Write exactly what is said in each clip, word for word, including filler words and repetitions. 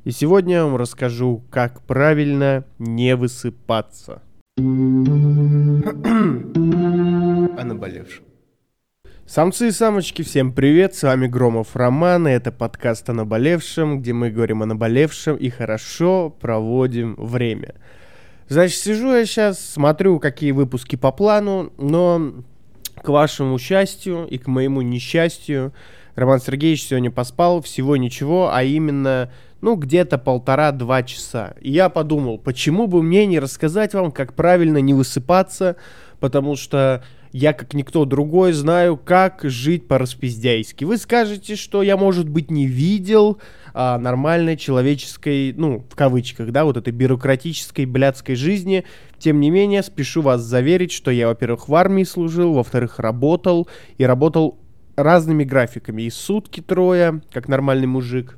И сегодня я вам расскажу, как правильно не высыпаться. О наболевшем. Самцы и самочки, всем привет, с вами Громов Роман, и это подкаст о наболевшем, где мы говорим о наболевшем и хорошо проводим время. Значит, сижу я сейчас, смотрю, какие выпуски по плану, но к вашему счастью и к моему несчастью, Роман Сергеевич сегодня поспал всего ничего, а именно, ну, где-то полтора-два часа. И я подумал, почему бы мне не рассказать вам, как правильно не высыпаться, потому что я, как никто другой, знаю, как жить по-распиздяйски. Вы скажете, что я, может быть, не видел а, нормальной человеческой, ну, в кавычках, да, вот этой бюрократической блядской жизни. Тем не менее, спешу вас заверить, что я, во-первых, в армии служил, во-вторых, работал, и работал разными графиками. И сутки трое, как нормальный мужик,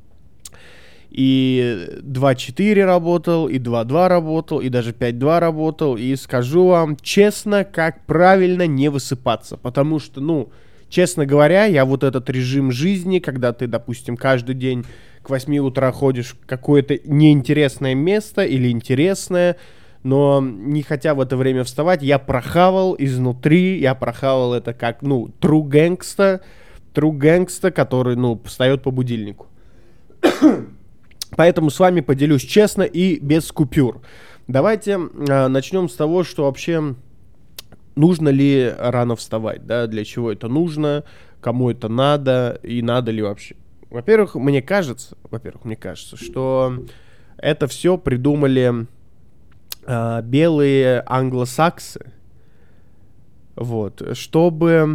и два четыре работал, и два два работал, и даже пять два работал. И скажу вам честно, как правильно не высыпаться. Потому что, ну, честно говоря, я вот этот режим жизни, когда ты, допустим, каждый день к восьми утра ходишь в какое-то неинтересное место или интересное, но не хотя в это время вставать, я прохавал изнутри, я прохавал это как, ну, true gangsta, true gangsta, который, ну, встает по будильнику. Поэтому с вами поделюсь честно и без купюр. Давайте э, начнем с того, что вообще нужно ли рано вставать, да, для чего это нужно, кому это надо и надо ли вообще. Во-первых, мне кажется, во-первых, мне кажется, что это все придумали э, белые англосаксы, вот, чтобы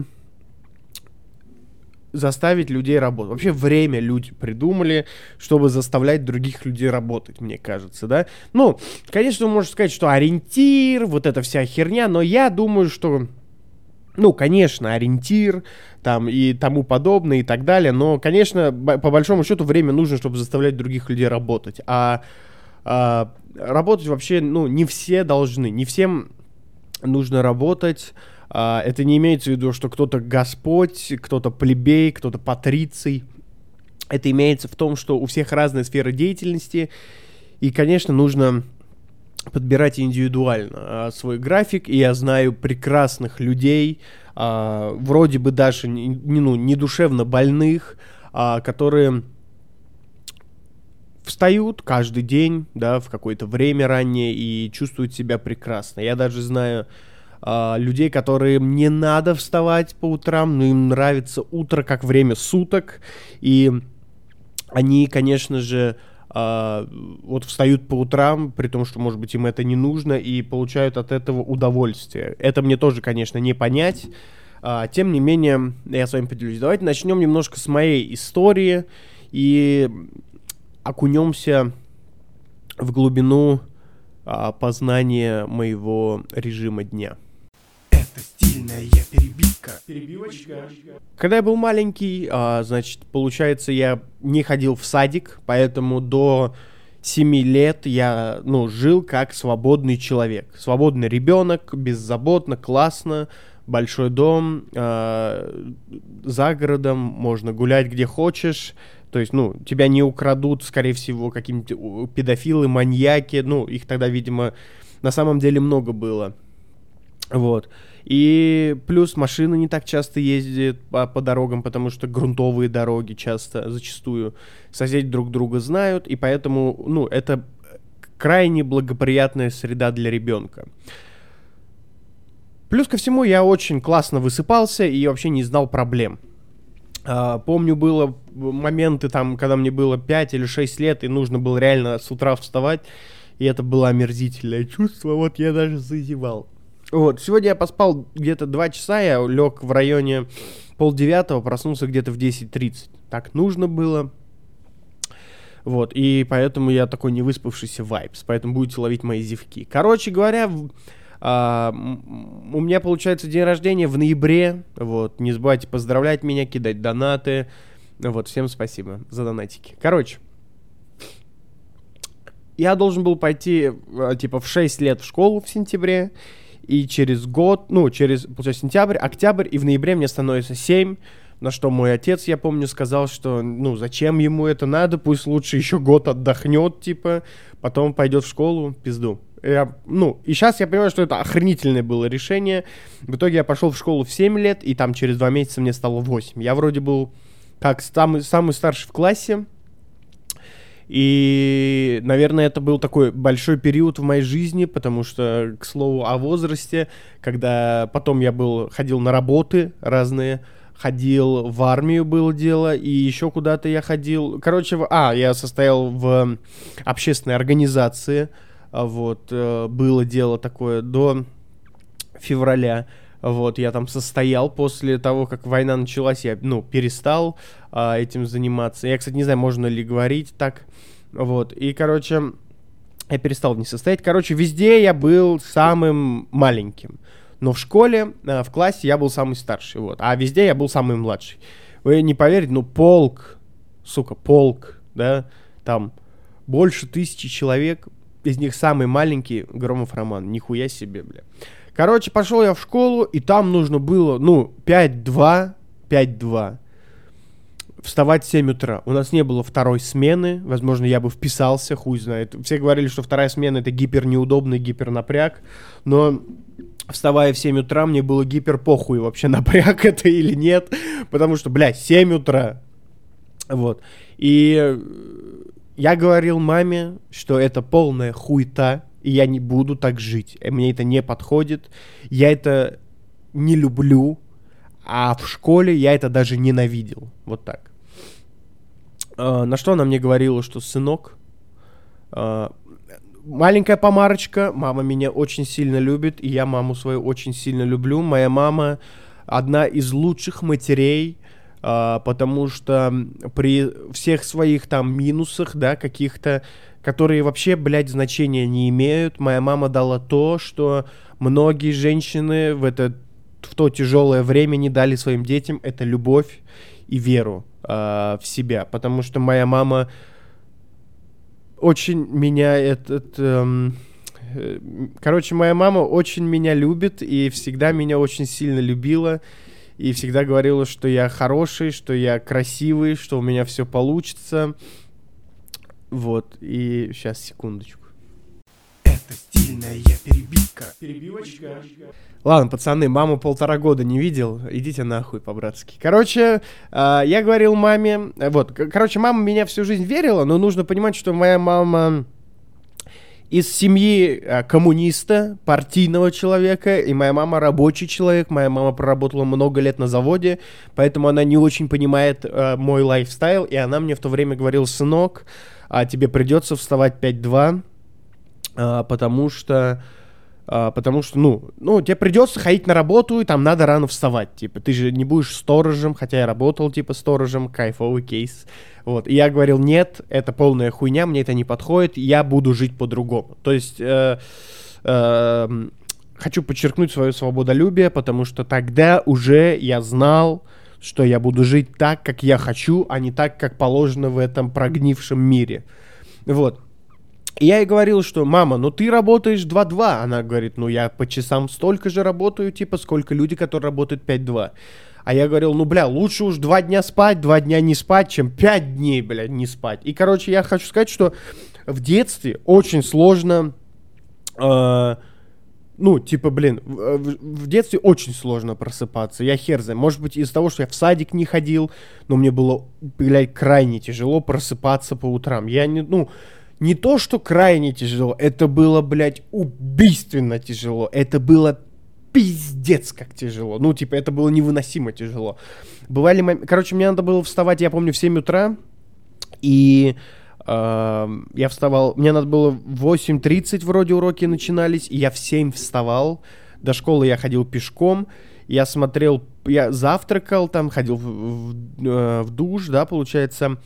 заставить людей работать. Вообще время люди придумали, чтобы заставлять других людей работать, мне кажется, да. Ну, конечно, вы можете сказать, что ориентир, вот эта вся херня, но я думаю, что, ну, конечно, ориентир, там, и тому подобное, и так далее, но, конечно, по большому счету время нужно, чтобы заставлять других людей работать, а, а работать вообще, ну, не все должны, не всем нужно работать. Uh, это не имеется в виду, что кто-то господь, кто-то плебей, кто-то патриций. Это имеется в том, что у всех разные сферы деятельности, и, конечно, нужно подбирать индивидуально uh, свой график. И я знаю прекрасных людей, uh, вроде бы даже не, ну, не душевно больных, uh, которые встают каждый день, да, в какое-то время раннее и чувствуют себя прекрасно. Я даже знаю Uh, людей, которым не надо вставать по утрам, но им нравится утро как время суток, и они, конечно же, uh, вот встают по утрам, при том, что, может быть, им это не нужно, и получают от этого удовольствие. Это мне тоже, конечно, не понять, uh, тем не менее, я с вами поделюсь. Давайте начнем немножко с моей истории и окунемся в глубину uh, познания моего режима дня. Стильная перебивка. Перебивочка. Когда я был маленький, а, значит, получается, я не ходил в садик, поэтому до семи лет я, ну, жил как свободный человек. Свободный ребенок, беззаботно, классно, большой дом, а, за городом, можно гулять где хочешь. То есть, ну, тебя не украдут, скорее всего, какие-нибудь педофилы, маньяки. Ну, их тогда, видимо, на самом деле много было. Вот. И плюс машины не так часто ездят по, по дорогам, потому что грунтовые дороги часто, зачастую соседи друг друга знают, и поэтому, ну, это крайне благоприятная среда для ребенка. Плюс ко всему, я очень классно высыпался и вообще не знал проблем. А, помню, было моменты, там, когда мне было пять или шесть лет, и нужно было реально с утра вставать, и это было омерзительное чувство, вот я даже зазевал. Вот, сегодня я поспал где-то два часа, я лег в районе полдевятого, проснулся где-то в десять тридцать. Так нужно было. Вот, и поэтому я такой невыспавшийся вайбс, поэтому будете ловить мои зевки. Короче говоря, в, а, у меня получается день рождения в ноябре, вот, не забывайте поздравлять меня, кидать донаты, вот, всем спасибо за донатики. Короче, я должен был пойти, типа, в шесть лет в школу в сентябре, и через год, ну, через, получается, сентябрь, октябрь, и в ноябре мне становится семь, На что мой отец, я помню, сказал, что, ну, зачем ему это надо, пусть лучше еще год отдохнет, типа, потом пойдет в школу, пизду. Я, ну, и сейчас я понимаю, что это охренительное было решение. В итоге я пошел в школу в семь лет, и там через два месяца мне стало восемь. Я вроде был как самый, самый старший в классе. И, наверное, это был такой большой период в моей жизни, потому что, к слову, о возрасте, когда потом я был, ходил на работы разные, ходил в армию, было дело, и еще куда-то я ходил. Короче, в... а, я состоял в общественной организации, вот, было дело такое до февраля. Вот, я там состоял после того, как война началась, я, ну, перестал а, этим заниматься. Я, кстати, не знаю, можно ли говорить так. Вот, и, короче, я перестал в ней состоять. Короче, везде я был самым маленьким. Но в школе, а, в классе я был самый старший, вот. А везде я был самый младший. Вы не поверите, ну, полк, сука, полк, да, там больше тысячи человек, из них самый маленький Громов Роман. Нихуя себе, бля. Короче, пошел я в школу, и там нужно было, ну, пять-два, пять-два, вставать в семь утра. У нас не было второй смены, возможно, я бы вписался, хуй знает. Все говорили, что вторая смена — это гипернеудобный гипернапряг, но, вставая в семь утра, мне было гиперпохуй вообще, напряг это или нет, потому что, блядь, семь утра, вот. И я говорил маме, что это полная хуйта, и я не буду так жить. Мне это не подходит. Я это не люблю. А в школе я это даже ненавидел. Вот так. А, на что она мне говорила, что сынок, а, маленькая помарочка, мама меня очень сильно любит, и я маму свою очень сильно люблю. Моя мама одна из лучших матерей, а, потому что при всех своих там минусах, да, каких-то, которые вообще, блядь, значения не имеют, моя мама дала то, что многие женщины в это, в то тяжелое время не дали своим детям, это любовь и веру э, в себя, потому что моя мама очень меня, этот, э, э, короче, моя мама очень меня любит и всегда меня очень сильно любила, и всегда говорила, что я хороший, что я красивый, что у меня все получится. Вот, и сейчас, секундочку. Это стильная перебивка. Перебивочка. Ладно, пацаны, маму полтора года не видел, идите нахуй по-братски. Короче, э, я говорил маме, вот, к- короче, мама меня всю жизнь верила, но нужно понимать, что моя мама из семьи э, коммуниста, партийного человека, и моя мама рабочий человек, моя мама проработала много лет на заводе, поэтому она не очень понимает э, мой лайфстайл, и она мне в то время говорила: сынок, а тебе придется вставать пять-два, а, потому что, а, потому что, ну, ну, тебе придется ходить на работу, и там надо рано вставать, типа, ты же не будешь сторожем, хотя я работал, типа, сторожем, кайфовый кейс, вот, и я говорил: нет, это полная хуйня, мне это не подходит, я буду жить по-другому, то есть, э, э, хочу подчеркнуть свое свободолюбие, потому что тогда уже я знал, что я буду жить так, как я хочу, а не так, как положено в этом прогнившем мире. Вот. И я ей говорил, что: мама, ну ты работаешь два-два. Она говорит: ну я по часам столько же работаю, типа, сколько люди, которые работают пять-два. А я говорил: ну, бля, лучше уж два дня спать, два дня не спать, чем пять дней, бля, не спать. И, короче, я хочу сказать, что в детстве очень сложно... Э- Ну, типа, блин, в, в- в детстве очень сложно просыпаться. Я хер знаю. Может быть, из-за того, что я в садик не ходил, но мне было, блядь, крайне тяжело просыпаться по утрам. Я не, ну, не то, что крайне тяжело, это было, блядь, убийственно тяжело. Это было пиздец как тяжело. Ну, типа, это было невыносимо тяжело. Бывали моменты... Короче, мне надо было вставать, я помню, в семь утра, и... Uh, я вставал, мне надо было в восемь тридцать вроде уроки начинались, и я в семь вставал, до школы я ходил пешком, я смотрел, я завтракал там, ходил в, в, uh, в душ, да, получается,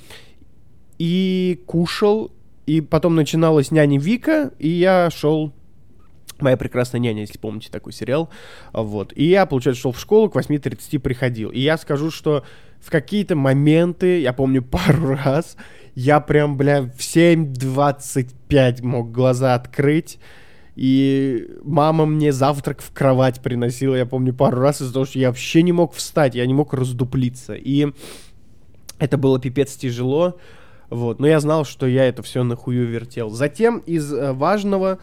и кушал, и потом начиналась няня Вика, и я шел, моя прекрасная няня, если помните такой сериал, вот, и я, получается, шел в школу, к восемь тридцать приходил, и я скажу, что в какие-то моменты, я помню пару раз, я прям, бля, в семь двадцать пять мог глаза открыть, И мама мне завтрак в кровать приносила, я помню, пару раз из-за того, что я вообще не мог встать, я не мог раздуплиться. И это было пипец тяжело, вот. Но я знал, что я это все на хую вертел. Затем из э, важного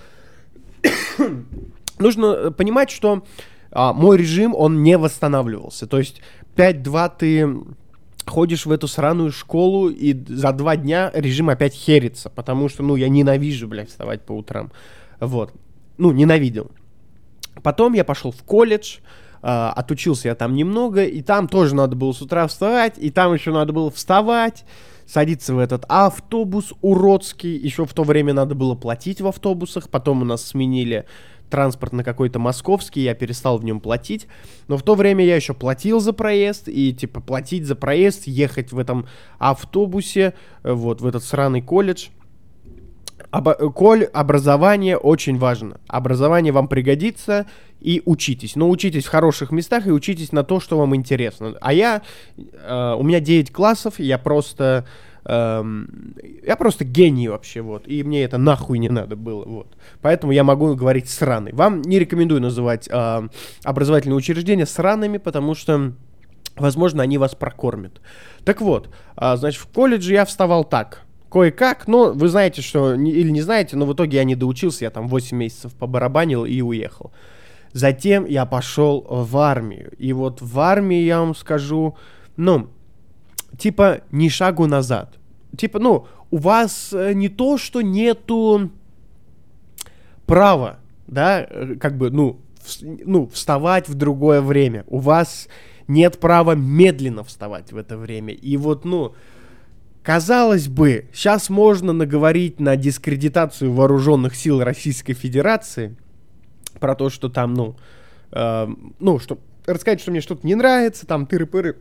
нужно понимать, что а, мой режим, он не восстанавливался. То есть пять-два ты ходишь в эту сраную школу, и за два дня режим опять херится, потому что, ну, я ненавижу, блядь, вставать по утрам. Вот. Ну, ненавидел. Потом я пошел в колледж, э, отучился я там немного, и там тоже надо было с утра вставать, и там еще надо было вставать, садиться в этот автобус уродский. Еще в то время надо было платить в автобусах, потом у нас сменили транспорт на какой-то московский, я перестал в нем платить, но в то время я еще платил за проезд, и типа платить за проезд, ехать в этом автобусе, вот, в этот сраный колледж. Обо- коль, образование очень важно. Образование вам пригодится, и учитесь. Но учитесь в хороших местах и учитесь на то, что вам интересно. А я, э, у меня девять классов, я просто... Я просто гений вообще, вот, и мне это нахуй не надо было, вот. Поэтому я могу говорить сраный. Вам не рекомендую называть э, образовательные учреждения сраными, потому что, возможно, они вас прокормят. Так вот, э, значит, в колледже я вставал так, кое-как, но вы знаете, что, не, или не знаете, но в итоге я не доучился, я там восемь месяцев побарабанил и уехал. Затем я пошел в армию, и вот в армии, я вам скажу, ну... Типа, ни шагу назад. Типа, ну, у вас э, не то, что нету права, да, э, как бы, ну, в, ну, вставать в другое время. У вас нет права медленно вставать в это время. И вот, ну, казалось бы, сейчас можно наговорить на дискредитацию вооруженных сил Российской Федерации про то, что там, ну, э, ну, что рассказать, что мне что-то не нравится, там, тыры-пыры.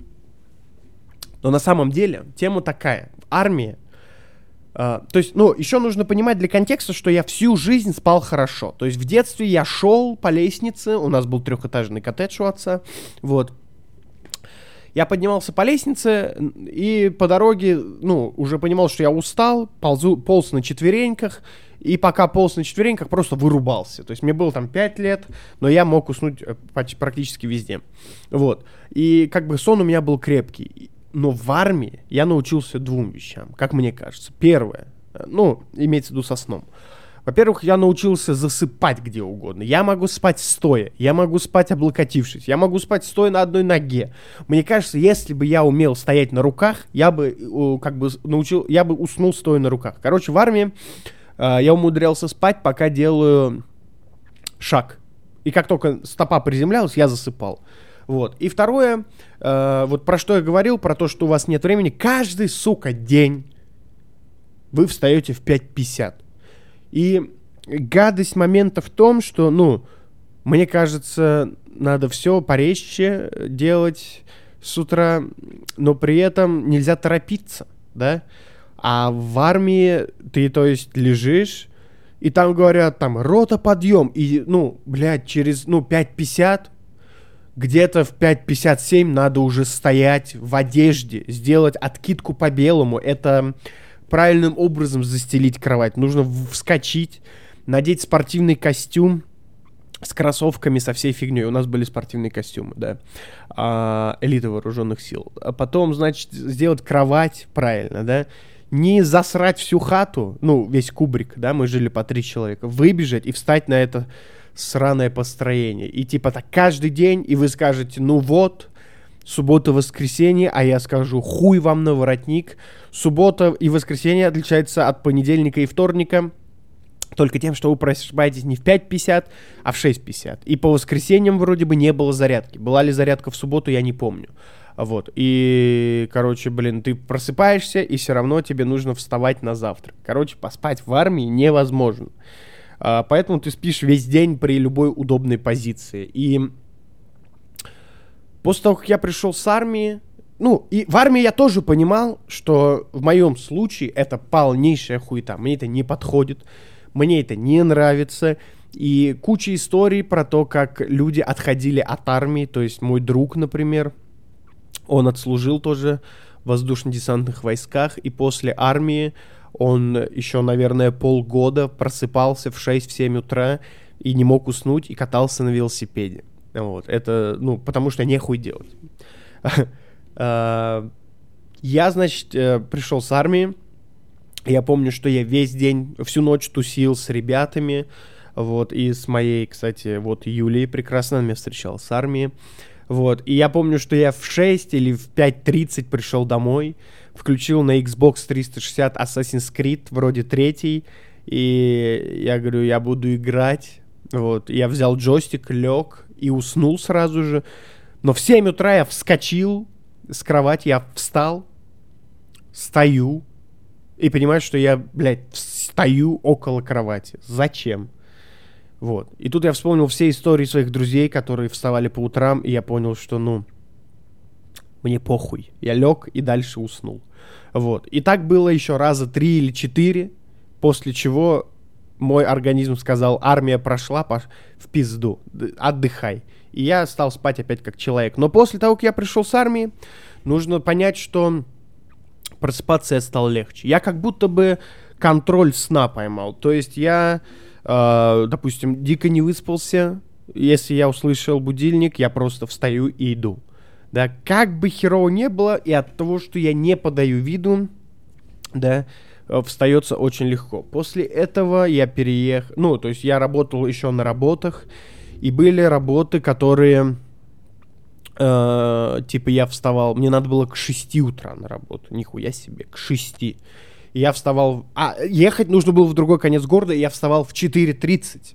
Но на самом деле тема такая. В армии... Э, то есть, ну, еще нужно понимать для контекста, что я всю жизнь спал хорошо. То есть в детстве я шел по лестнице, у нас был трехэтажный коттедж у отца, вот. Я поднимался по лестнице, и по дороге, ну, уже понимал, что я устал, ползу, полз на четвереньках, и пока полз на четвереньках, просто вырубался. То есть мне было там пять лет, но я мог уснуть практически везде. Вот. И как бы сон у меня был крепкий. Но в армии я научился двум вещам, как мне кажется. Первое, ну, имеется в виду со сном. Во-первых, я научился засыпать где угодно. Я могу спать стоя, я могу спать облокотившись, я могу спать стоя на одной ноге. Мне кажется, если бы я умел стоять на руках, я бы как бы научил, я бы уснул стоя на руках. Короче, в армии э, я умудрялся спать, пока делаю шаг. И как только стопа приземлялась, я засыпал. Вот. И второе, э, вот про что я говорил, про то, что у вас нет времени. Каждый, сука, день вы встаете в пять пятьдесят. И гадость момента в том, что, ну, мне кажется, надо все порезче делать с утра, но при этом нельзя торопиться, да? А в армии ты, то есть, лежишь, и там говорят, там, рота, подъем, и, ну, блядь, через, ну, пять пятьдесят... Где-то в пять пятьдесят семь надо уже стоять в одежде, сделать откидку по белому. Это правильным образом застелить кровать. Нужно вскочить, надеть спортивный костюм с кроссовками, со всей фигней. У нас были спортивные костюмы, да. А, элита вооруженных сил. А потом, значит, сделать кровать правильно, да. Не засрать всю хату, ну, весь кубрик, да, мы жили по три человека. Выбежать и встать на это... сраное построение. И типа так каждый день, и вы скажете, ну вот, суббота-воскресенье, а я скажу, хуй вам на воротник. Суббота и воскресенье отличаются от понедельника и вторника только тем, что вы просыпаетесь не в пять пятьдесят, а в шесть пятьдесят. И по воскресеньям вроде бы не было зарядки. Была ли зарядка в субботу, я не помню. Вот. И, короче, блин, ты просыпаешься, и все равно тебе нужно вставать на завтрак. Короче, поспать в армии невозможно. Uh, поэтому ты спишь весь день при любой удобной позиции. И после того, как я пришел с армии, ну, и в армии я тоже понимал, что в моем случае это полнейшая хуета. Мне это не подходит, мне это не нравится. И куча историй про то, как люди отходили от армии. То есть мой друг, например, он отслужил тоже в воздушно-десантных войсках, и после армии Он еще, наверное, полгода просыпался в шесть-семь утра и не мог уснуть, и катался на велосипеде. Вот, это, ну, потому что нехуй делать. Я, значит, пришел с армии. Я помню, что я весь день, всю ночь тусил с ребятами. Вот, и с моей, кстати, вот Юлией прекрасно, она меня встречала с армии. Вот, и я помню, что я в шесть или в пять тридцать пришел домой, включил на Xbox триста шестьдесят Assassin's Creed, вроде третий, и я говорю, я буду играть. Вот, я взял джойстик, лег и уснул сразу же. Но в семь утра я вскочил с кровати, я встал, стою, и понимаю, что я, блядь, стою около кровати. Зачем? Вот. И тут я вспомнил все истории своих друзей, которые вставали по утрам, и я понял, что, ну, мне похуй. Я лег и дальше уснул. Вот. И так было еще раза три или четыре, после чего мой организм сказал, армия прошла, пош... в пизду, отдыхай. И я стал спать опять как человек. Но после того, как я пришел с армии, нужно понять, что просыпаться я стал легче. Я как будто бы контроль сна поймал. То есть я... Uh, допустим, дико не выспался, если я услышал будильник, я просто встаю и иду. Да, как бы херово не было, и от того, что я не подаю виду, да, встается очень легко. После этого я переехал, ну, то есть я работал еще на работах, и были работы, которые, uh, типа я вставал, мне надо было к шести утра на работу, нихуя себе, к шести. Я вставал... А, ехать нужно было в другой конец города, и я вставал в четыре тридцать.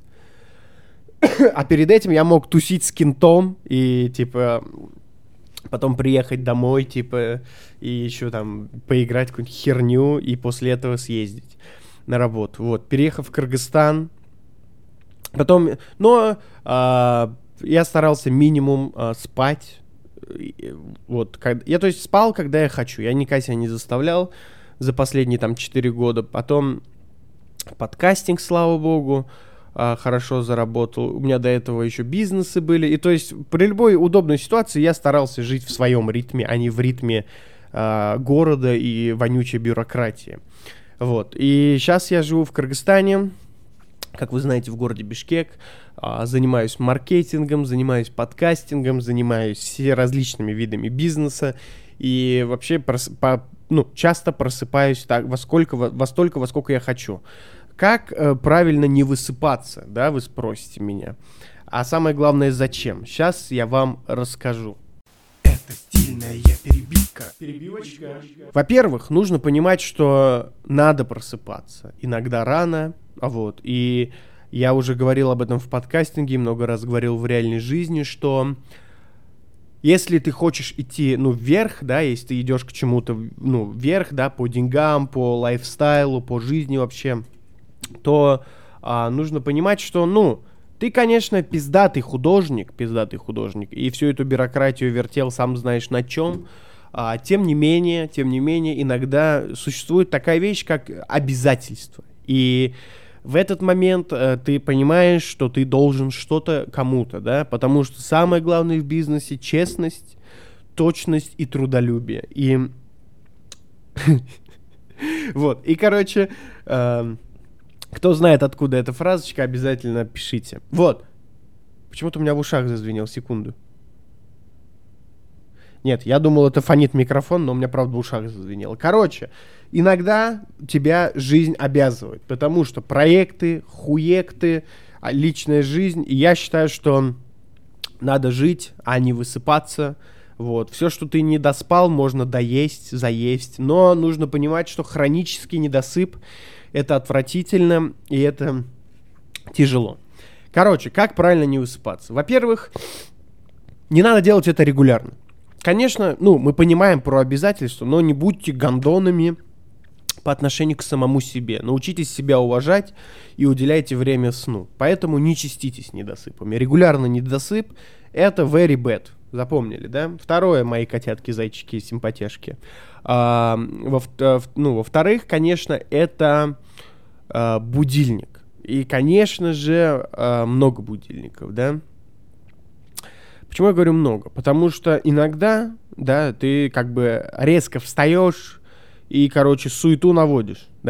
А перед этим я мог тусить с кентом и, типа, потом приехать домой, типа, и еще там поиграть какую-нибудь херню, и после этого съездить на работу. Вот, переехав в Кыргызстан, потом... Но а, я старался минимум а, спать. Вот, когда, я, то есть, спал, когда я хочу. Я никогда себя не заставлял за последние там четыре года. Потом подкастинг, слава богу, хорошо заработал. У меня до этого еще бизнесы были. И то есть при любой удобной ситуации я старался жить в своем ритме, а не в ритме э, города и вонючей бюрократии. Вот. И сейчас я живу в Кыргызстане, как вы знаете, в городе Бишкек. Э, занимаюсь маркетингом, занимаюсь подкастингом, занимаюсь все различными видами бизнеса. И вообще прос- по Ну, часто просыпаюсь так, во сколько, во, во столько, во сколько я хочу. Как э, правильно не высыпаться, да, вы спросите меня. А самое главное, зачем? Сейчас я вам расскажу. Это стильная перебивка. Перебивочка. Во-первых, нужно понимать, что надо просыпаться. Иногда рано, вот. И я уже говорил об этом в подкастинге, много раз говорил в реальной жизни, что... Если ты хочешь идти, ну, вверх, да, если ты идешь к чему-то, ну, вверх, да, по деньгам, по лайфстайлу, по жизни вообще, то а, нужно понимать, что, ну, ты, конечно, пиздатый художник, пиздатый художник, и всю эту бюрократию вертел сам знаешь на чем, а, тем не менее, тем не менее, иногда существует такая вещь, как обязательство, и... В этот момент э, ты понимаешь, что ты должен что-то кому-то, да, потому что самое главное в бизнесе — честность, точность и трудолюбие. И вот, и, короче, кто знает, откуда эта фразочка, обязательно пишите. Вот, почему-то у меня в ушах зазвенел, секунду. Нет, я думал, это фонит микрофон, но у меня, правда, в ушах зазвенело. Короче, иногда тебя жизнь обязывает, потому что проекты, хуекты, личная жизнь. И я считаю, что надо жить, а не высыпаться. Вот. Все, что ты не доспал, можно доесть, заесть. Но нужно понимать, что хронический недосып — это отвратительно, и это тяжело. Короче, как правильно не высыпаться? Во-первых, не надо делать это регулярно. Конечно, ну, мы понимаем про обязательства, но не будьте гондонами по отношению к самому себе. Научитесь себя уважать и уделяйте время сну. Поэтому не чиститесь недосыпами. Регулярный недосып — это very bad. Запомнили, да? Второе, мои котятки, зайчики, симпатяшки. А, во, ну, во-вторых, конечно, это а, будильник. И, конечно же, а, много будильников, да? Почему я говорю много? Потому что иногда, да, ты как бы резко встаешь и, короче, суету наводишь, да?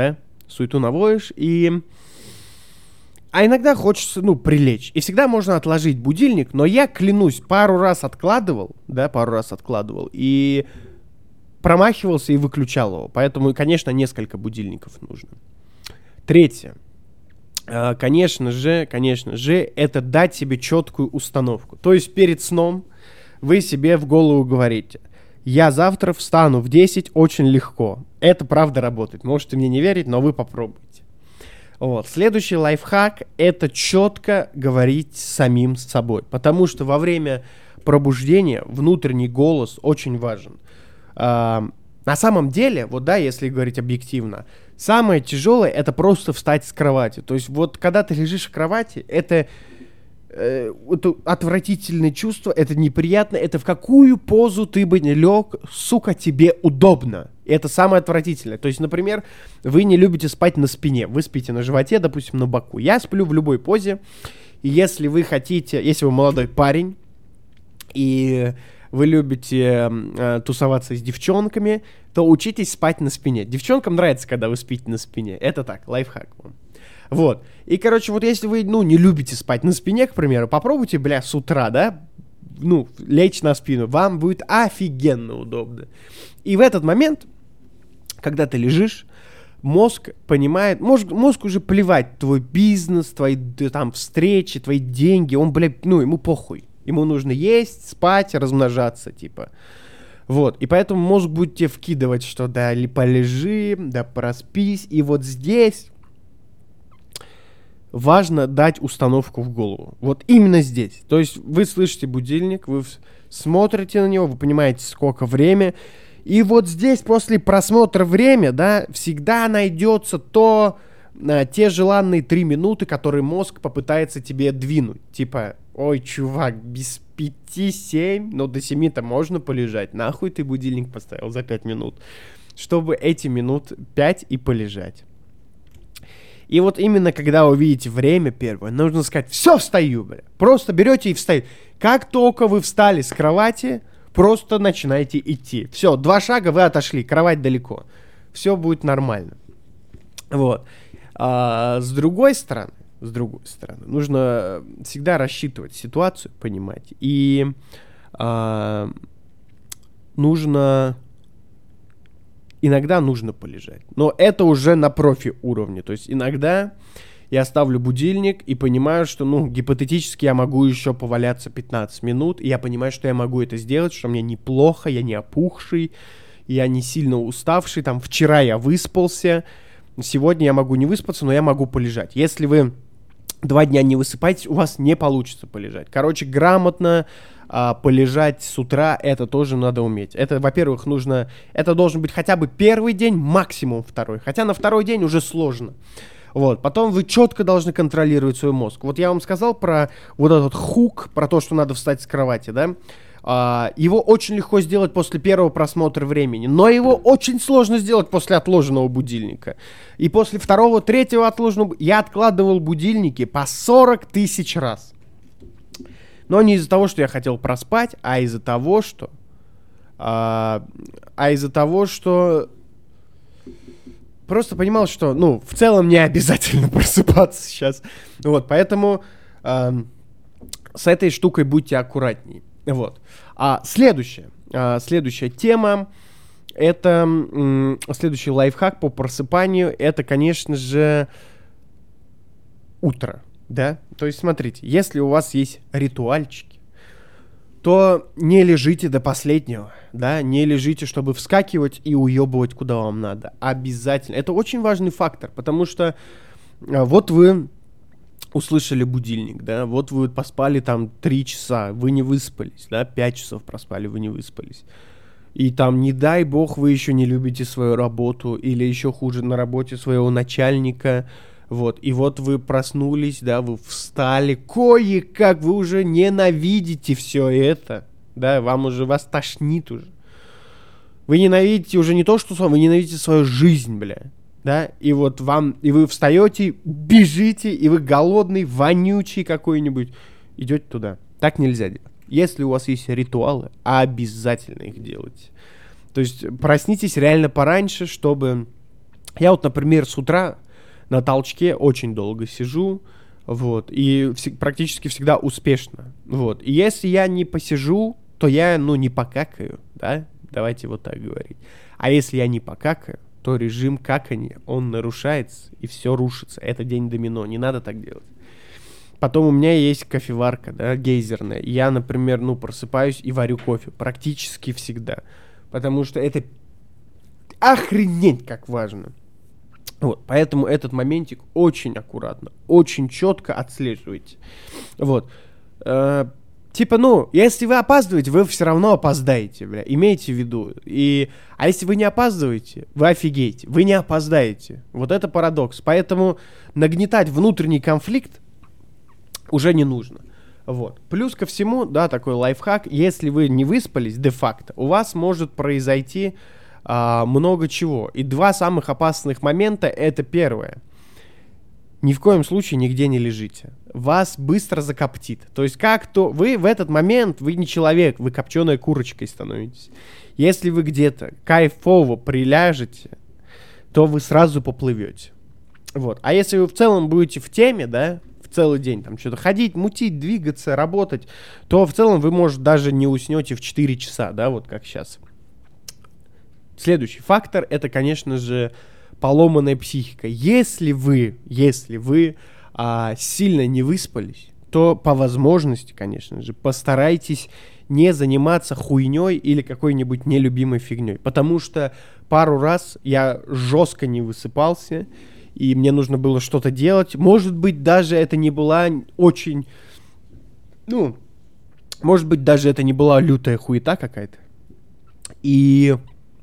суету наводишь, и... А иногда хочется, ну, прилечь. И всегда можно отложить будильник, но я, клянусь, пару раз откладывал, да, пару раз откладывал, и промахивался и выключал его. Поэтому, конечно, несколько будильников нужно. Третье. Конечно же, конечно же, это дать себе четкую установку. То есть перед сном вы себе в голову говорите: я завтра встану в десять очень легко. Это правда работает. Можете мне не верить, но вы попробуйте. Вот. Следующий лайфхак — это четко говорить с самим собой. Потому что во время пробуждения внутренний голос очень важен. А, на самом деле, вот да, если говорить объективно, самое тяжелое — это просто встать с кровати. То есть вот когда ты лежишь в кровати, это, э, это отвратительное чувство, это неприятно, это в какую позу ты бы не лег, сука, тебе удобно. И это самое отвратительное. То есть, например, вы не любите спать на спине, вы спите на животе, допустим, на боку. Я сплю в любой позе, и если вы хотите, если вы молодой парень, и вы любите э, тусоваться с девчонками, то учитесь спать на спине. Девчонкам нравится, когда вы спите на спине. Это так, лайфхак вам. Вот. И, короче, вот если вы, ну, не любите спать на спине, к примеру, попробуйте, бля, с утра, да, ну, лечь на спину. Вам будет офигенно удобно. И в этот момент, когда ты лежишь, мозг понимает, мозг, мозг уже плевать, твой бизнес, твои там встречи, твои деньги, он, блядь, ну, ему похуй. Ему нужно есть, спать, размножаться, типа. Вот, и поэтому мозг будет тебе вкидывать, что да, ли полежи, да проспись, и вот здесь важно дать установку в голову. Вот именно здесь. То есть вы слышите будильник, вы смотрите на него, вы понимаете, сколько время, и вот здесь после просмотра время, да, всегда найдется то, а, те желанные три минуты, которые мозг попытается тебе двинуть. Типа, ой, чувак, без пяти-семь, но до семи-то можно полежать. Нахуй ты будильник поставил за пять минут? Чтобы эти минут пять и полежать. И вот именно когда увидите время первое, нужно сказать: все, встаю, бля. Просто берете и встаете. Как только вы встали с кровати, просто начинайте идти. Все, два шага, вы отошли, кровать далеко. Все будет нормально. Вот. А, с другой стороны, с другой стороны, нужно всегда рассчитывать ситуацию, понимать. И а, нужно... Иногда нужно полежать. Но это уже на профи уровне. То есть иногда я ставлю будильник и понимаю, что, ну, гипотетически я могу еще поваляться пятнадцать минут. И я понимаю, что я могу это сделать, что мне неплохо, я не опухший, я не сильно уставший. Там вчера я выспался, сегодня я могу не выспаться, но я могу полежать. Если вы два дня не высыпаетесь, у вас не получится полежать. Короче, грамотно а, полежать с утра, это тоже надо уметь. Это, во-первых, нужно... Это должен быть хотя бы первый день, максимум второй. Хотя на второй день уже сложно. Вот. Потом вы четко должны контролировать свой мозг. Вот я вам сказал про вот этот хук, про то, что надо встать с кровати, да? А, его очень легко сделать после первого просмотра времени, но его очень сложно сделать после отложенного будильника. И после второго, третьего отложенного... Я откладывал будильники по сорок тысяч раз. Но не из-за того, что я хотел проспать, а из-за того, что... А, а из-за того, что... Просто понимал, что, ну, в целом не обязательно просыпаться сейчас. Вот, поэтому а, с этой штукой будьте аккуратней. Вот. А следующая, а, следующая тема, это м, следующий лайфхак по просыпанию, это, конечно же, утро, да? То есть, смотрите, если у вас есть ритуальчики, то не лежите до последнего, да? Не лежите, чтобы вскакивать и уебывать куда вам надо. Обязательно. Это очень важный фактор, потому что а, вот вы... услышали будильник, да, вот вы поспали там три часа, вы не выспались, да, пять часов проспали, вы не выспались. И там, не дай бог, вы еще не любите свою работу, или еще хуже, на работе своего начальника, вот, и вот вы проснулись, да, вы встали, кое-как, вы уже ненавидите все это, да, вам уже, вас тошнит уже. Вы ненавидите уже не то, что вы ненавидите свою жизнь, бля. Да, и вот вам, и вы встаете, бежите, и вы голодный, вонючий какой-нибудь, идете туда. Так нельзя делать. Если у вас есть ритуалы, обязательно их делайте. То есть проснитесь реально пораньше, чтобы Я вот, например, с утра на толчке очень долго сижу, вот, и вс- практически всегда успешно, вот. И если я не посижу, то я, ну, не покакаю, да, давайте вот так говорить. А если я не покакаю, то режим какания, он нарушается, и все рушится. Это день домино, не надо так делать. Потом у меня есть кофеварка, да, гейзерная. Я, например, ну, просыпаюсь и варю кофе практически всегда, потому что это охренеть как важно. Вот, поэтому этот моментик очень аккуратно, очень четко отслеживайте. Вот. Э, типа, ну, если вы опаздываете, вы все равно опоздаете, бля, имейте в виду. И, а если вы не опаздываете, вы офигеете, вы не опоздаете. Вот это парадокс. Поэтому нагнетать внутренний конфликт уже не нужно. Вот. Плюс ко всему, да, такой лайфхак, если вы не выспались де-факто, у вас может произойти а, много чего. И два самых опасных момента — это первое. Ни в коем случае нигде не лежите. Вас быстро закоптит. То есть как-то вы в этот момент, вы не человек, вы копченой курочкой становитесь. Если вы где-то кайфово приляжете, то вы сразу поплывете. Вот. А если вы в целом будете в теме, да, целый день, там, что-то ходить, мутить, двигаться, работать, то в целом вы, может, даже не уснете в четыре часа, да, вот как сейчас. Следующий фактор — это, конечно же, поломанная психика. Если вы, если вы а, сильно не выспались, то по возможности, конечно же, постарайтесь не заниматься хуйней или какой-нибудь нелюбимой фигней, потому что пару раз я жестко не высыпался, и мне нужно было что-то делать. Может быть, даже это не была очень... Ну, может быть, даже это не была лютая хуета какая-то. И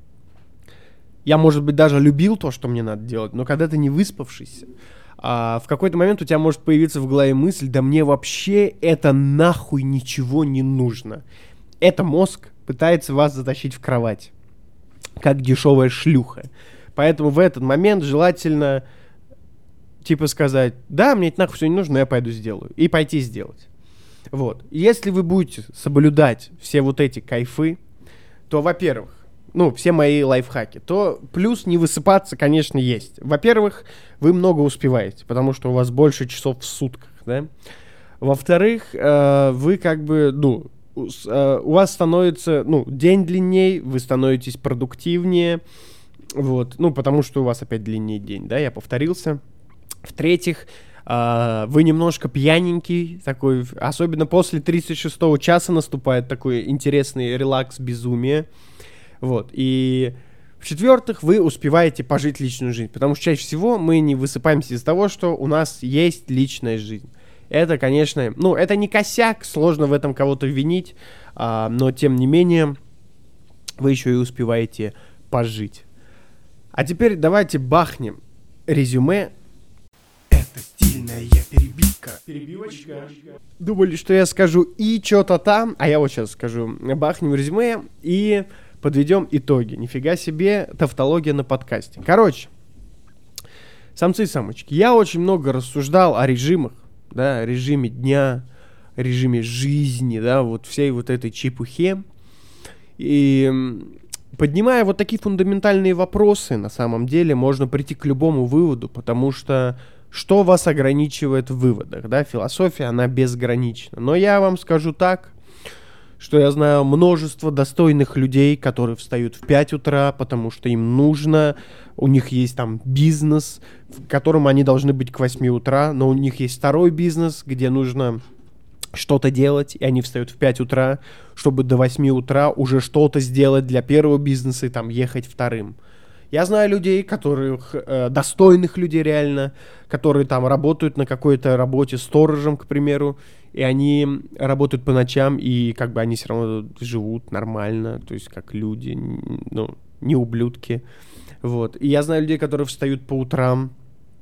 я, может быть, даже любил то, что мне надо делать, но когда ты не выспавшийся, а, в какой-то момент у тебя может появиться в голове мысль: да мне вообще это нахуй ничего не нужно. Это мозг пытается вас затащить в кровать, как дешевая шлюха. Поэтому в этот момент желательно... Типа сказать: да, мне это нахуй все не нужно, но я пойду сделаю. И пойти сделать. Вот. Если вы будете соблюдать все вот эти кайфы, то, во-первых, ну, все мои лайфхаки, то плюс не высыпаться, конечно, есть. Во-первых, вы много успеваете, потому что у вас больше часов в сутках, да. Во-вторых, э, вы как бы, ну, э, у вас становится, ну, день длиннее, вы становитесь продуктивнее, вот, ну, потому что у вас опять длиннее день, да, я повторился. В-третьих, э, вы немножко пьяненький, такой, особенно после тридцать шестого часа наступает такой интересный релакс, безумие. Вот. И в-четвертых, вы успеваете пожить личную жизнь, потому что чаще всего мы не высыпаемся из-за того, что у нас есть личная жизнь. Это, конечно, ну, это не косяк, сложно в этом кого-то винить, э, но, тем не менее, вы еще и успеваете пожить. А теперь давайте бахнем резюме. Это стильная перебивка. Перебивочка. Думали, что я скажу и что-то там, а я вот сейчас скажу. Бахнем резюме и подведем итоги. Нифига себе, тавтология на подкасте. Короче, самцы и самочки, я очень много рассуждал о режимах, да, режиме дня, режиме жизни, да, вот всей вот этой чепухе. И поднимая вот такие фундаментальные вопросы, на самом деле, можно прийти к любому выводу, потому что что вас ограничивает в выводах, да, философия, она безгранична. Но я вам скажу так, что я знаю множество достойных людей, которые встают в пять утра, потому что им нужно, у них есть там бизнес, в котором они должны быть к восьми утра, но у них есть второй бизнес, где нужно что-то делать, и они встают в пять утра, чтобы до восьми утра уже что-то сделать для первого бизнеса и там ехать вторым. Я знаю людей, которых, э, достойных людей реально, которые там работают на какой-то работе сторожем, к примеру, и они работают по ночам, и как бы они все равно живут нормально, то есть как люди, ну, не ублюдки. Вот. И я знаю людей, которые встают по утрам,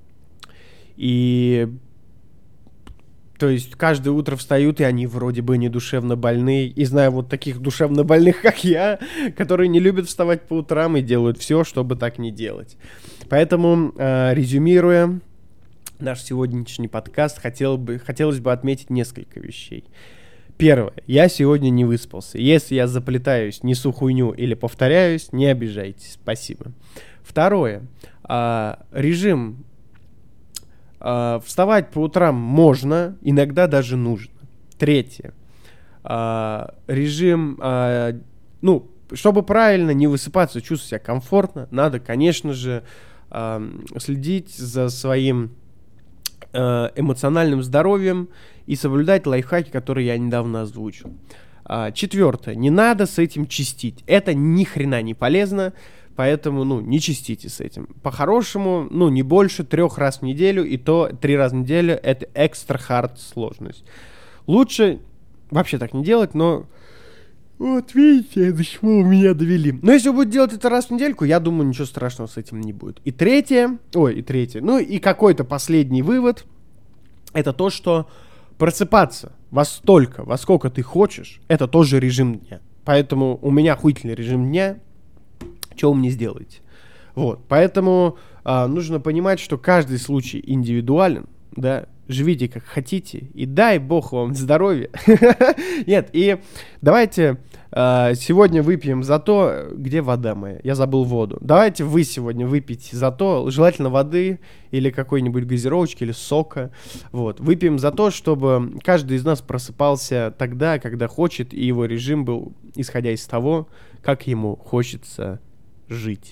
и... То есть каждое утро встают, и они вроде бы не душевно больны. И знаю вот таких душевно больных, как я, которые не любят вставать по утрам и делают все, чтобы так не делать. Поэтому, э, резюмируя наш сегодняшний подкаст, хотел бы, хотелось бы отметить несколько вещей. Первое. Я сегодня не выспался. Если я заплетаюсь, несу хуйню или повторяюсь, не обижайтесь. Спасибо. Второе. А, режим а, вставать по утрам можно, иногда даже нужно. Третье. А, режим, а, ну, чтобы правильно не высыпаться, чувствовать себя комфортно, надо, конечно же, а, следить за своим а, эмоциональным здоровьем и соблюдать лайфхаки, которые я недавно озвучил. А, четвертое. Не надо с этим чистить. Это ни хрена не полезно, поэтому, ну, не чистите с этим. По-хорошему, ну, не больше трех раз в неделю, и то три раза в неделю — это экстра хард сложность. Лучше вообще так не делать, но вот видите, до чего у меня довели. Но если вы будете делать это раз в недельку, я думаю, ничего страшного с этим не будет. И третье, ой, и третье, ну и какой-то последний вывод, это то, что просыпаться во столько, во сколько ты хочешь, это тоже режим дня. Поэтому у меня охуительный режим дня, что вы мне сделаете. Вот, поэтому а, нужно понимать, что каждый случай индивидуален, да, живите как хотите, и дай бог вам здоровья. Нет, и давайте э, сегодня выпьем за то, где вода моя, я забыл воду. Давайте вы сегодня выпьете за то, желательно воды или какой-нибудь газировочки или сока. Вот, выпьем за то, чтобы каждый из нас просыпался тогда, когда хочет, и его режим был, исходя из того, как ему хочется жить.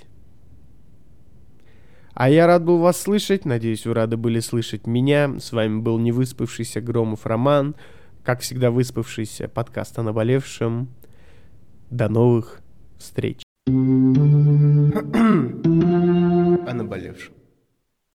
А я рад был вас слышать, надеюсь, вы рады были слышать меня. С вами был невыспавшийся Громов Роман, как всегда выспавшийся подкаст о наболевшем. До новых встреч. О наболевшем.